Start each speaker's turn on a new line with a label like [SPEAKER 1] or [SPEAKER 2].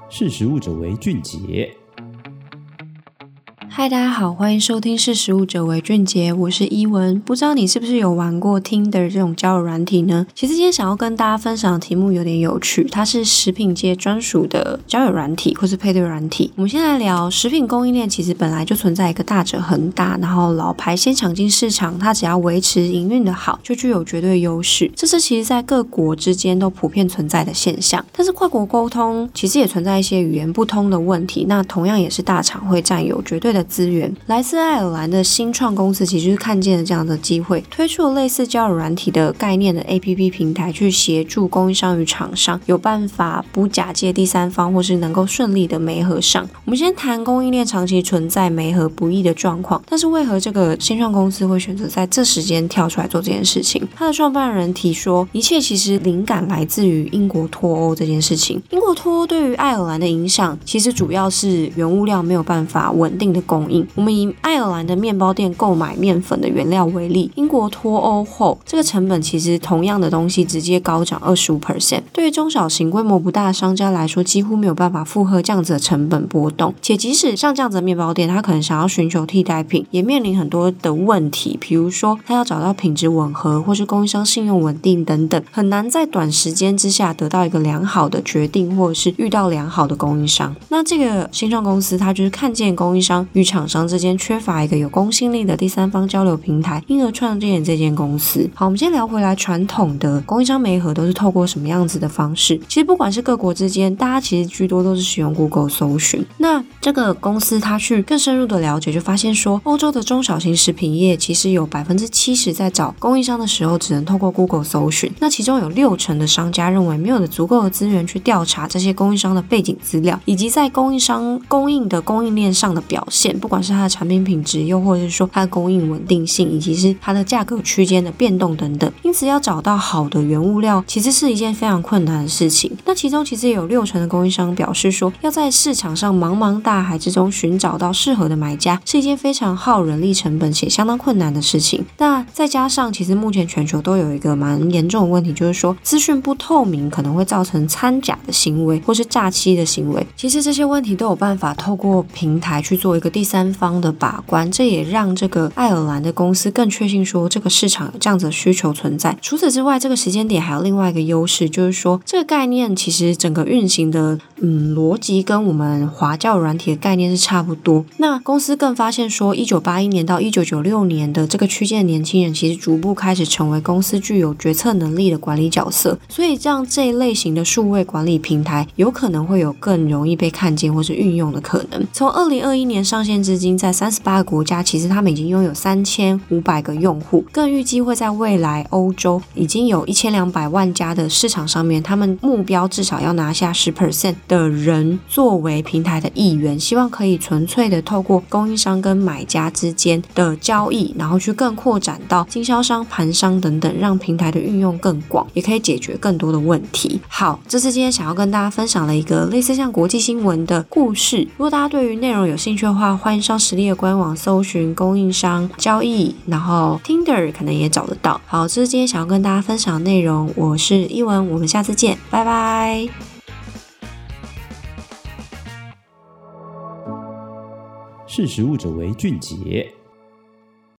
[SPEAKER 1] 识时务者为俊杰。
[SPEAKER 2] 嗨，大家好，欢迎收听识时务者为俊杰，我是依文。不知道你是不是有玩过 Tinder 这种交友软体呢？其实今天想要跟大家分享的题目有点有趣，它是食品界专属的交友软体或是配对软体。我们先来聊食品供应链，其实本来就存在一个大者恒大，然后老牌先抢进市场，它只要维持营运的好，就具有绝对优势。这是其实在各国之间都普遍存在的现象。但是跨国沟通其实也存在一些语言不通的问题，那同样也是大厂会占有绝对的资源。来自爱尔兰的新创公司其实是看见了这样的机会，推出了类似交友软体的概念的 APP 平台，去协助供应商与厂商有办法不假借第三方，或是能够顺利的媒合上。我们先谈供应链长期存在媒合不易的状况，但是为何这个新创公司会选择在这时间跳出来做这件事情？他的创办人提说，一切其实灵感来自于英国脱欧这件事情。英国脱欧对于爱尔兰的影响，其实主要是原物料没有办法稳定的供应。我们以爱尔兰的面包店购买面粉的原料为例，英国脱欧后，这个成本其实同样的东西直接高涨 25%。对于中小型规模不大的商家来说，几乎没有办法负荷这样子的成本波动。且即使像这样子的面包店，他可能想要寻求替代品，也面临很多的问题，比如说他要找到品质吻合，或是供应商信用稳定等等，很难在短时间之下得到一个良好的决定，或者是遇到良好的供应商。那这个新创公司，它就是看见供应商与厂商之间缺乏一个有公信力的第三方交流平台，因而创建这间公司。好，我们先聊回来，传统的供应商媒合都是透过什么样子的方式？其实不管是各国之间，大家其实居多都是使用 Google 搜寻。那这个公司它去更深入的了解，就发现说，欧洲的中小型食品业其实有 70% 在找供应商的时候只能透过 Google 搜寻。那其中有60%的商家认为没有足够的资源去调查这些供应商的背景资料，以及在供应商供应的供应链上的表现，不管是它的产品品质，又或者是说它的供应稳定性，以及是它的价格区间的变动等等。因此要找到好的原物料其实是一件非常困难的事情。那其中其实也有60%的供应商表示说，要在市场上茫茫大海之中寻找到适合的买家是一件非常耗人力成本且相当困难的事情。那再加上其实目前全球都有一个蛮严重的问题，就是说资讯不透明可能会造成掺假的行为或是诈欺的行为。其实这些问题都有办法透过平台去做一个第三方的把关，这也让这个爱尔兰的公司更确信说这个市场有这样子的需求存在。除此之外，这个时间点还有另外一个优势，就是说这个概念其实整个运行的逻辑跟我们华教软体的概念是差不多。那公司更发现说1981年到1996年的这个区间的年轻人其实逐步开始成为公司具有决策能力的管理角色，所以这样这一类型的数位管理平台有可能会有更容易被看见或是运用的可能。从2021年上线至今，在38个国家其实他们已经拥有3500个用户，更预计会在未来欧洲已经有1200万家的市场上面，他们目标至少要拿下 10% 的人作为平台的一员，希望可以纯粹的透过供应商跟买家之间的交易，然后去更扩展到经销商、盘商等等，让平台的运用更广，也可以解决更多的问题。好，这是今天想要跟大家分享的一个类似像国际新闻的故事。如果大家对于内容有兴趣的话，欢迎上实力的官网搜寻供应商交易，然后 Tinder 可能也找得到。好，这是今天想要跟大家分享的内容，我是依文，我们下次见，拜拜。
[SPEAKER 1] 识时务者为俊杰。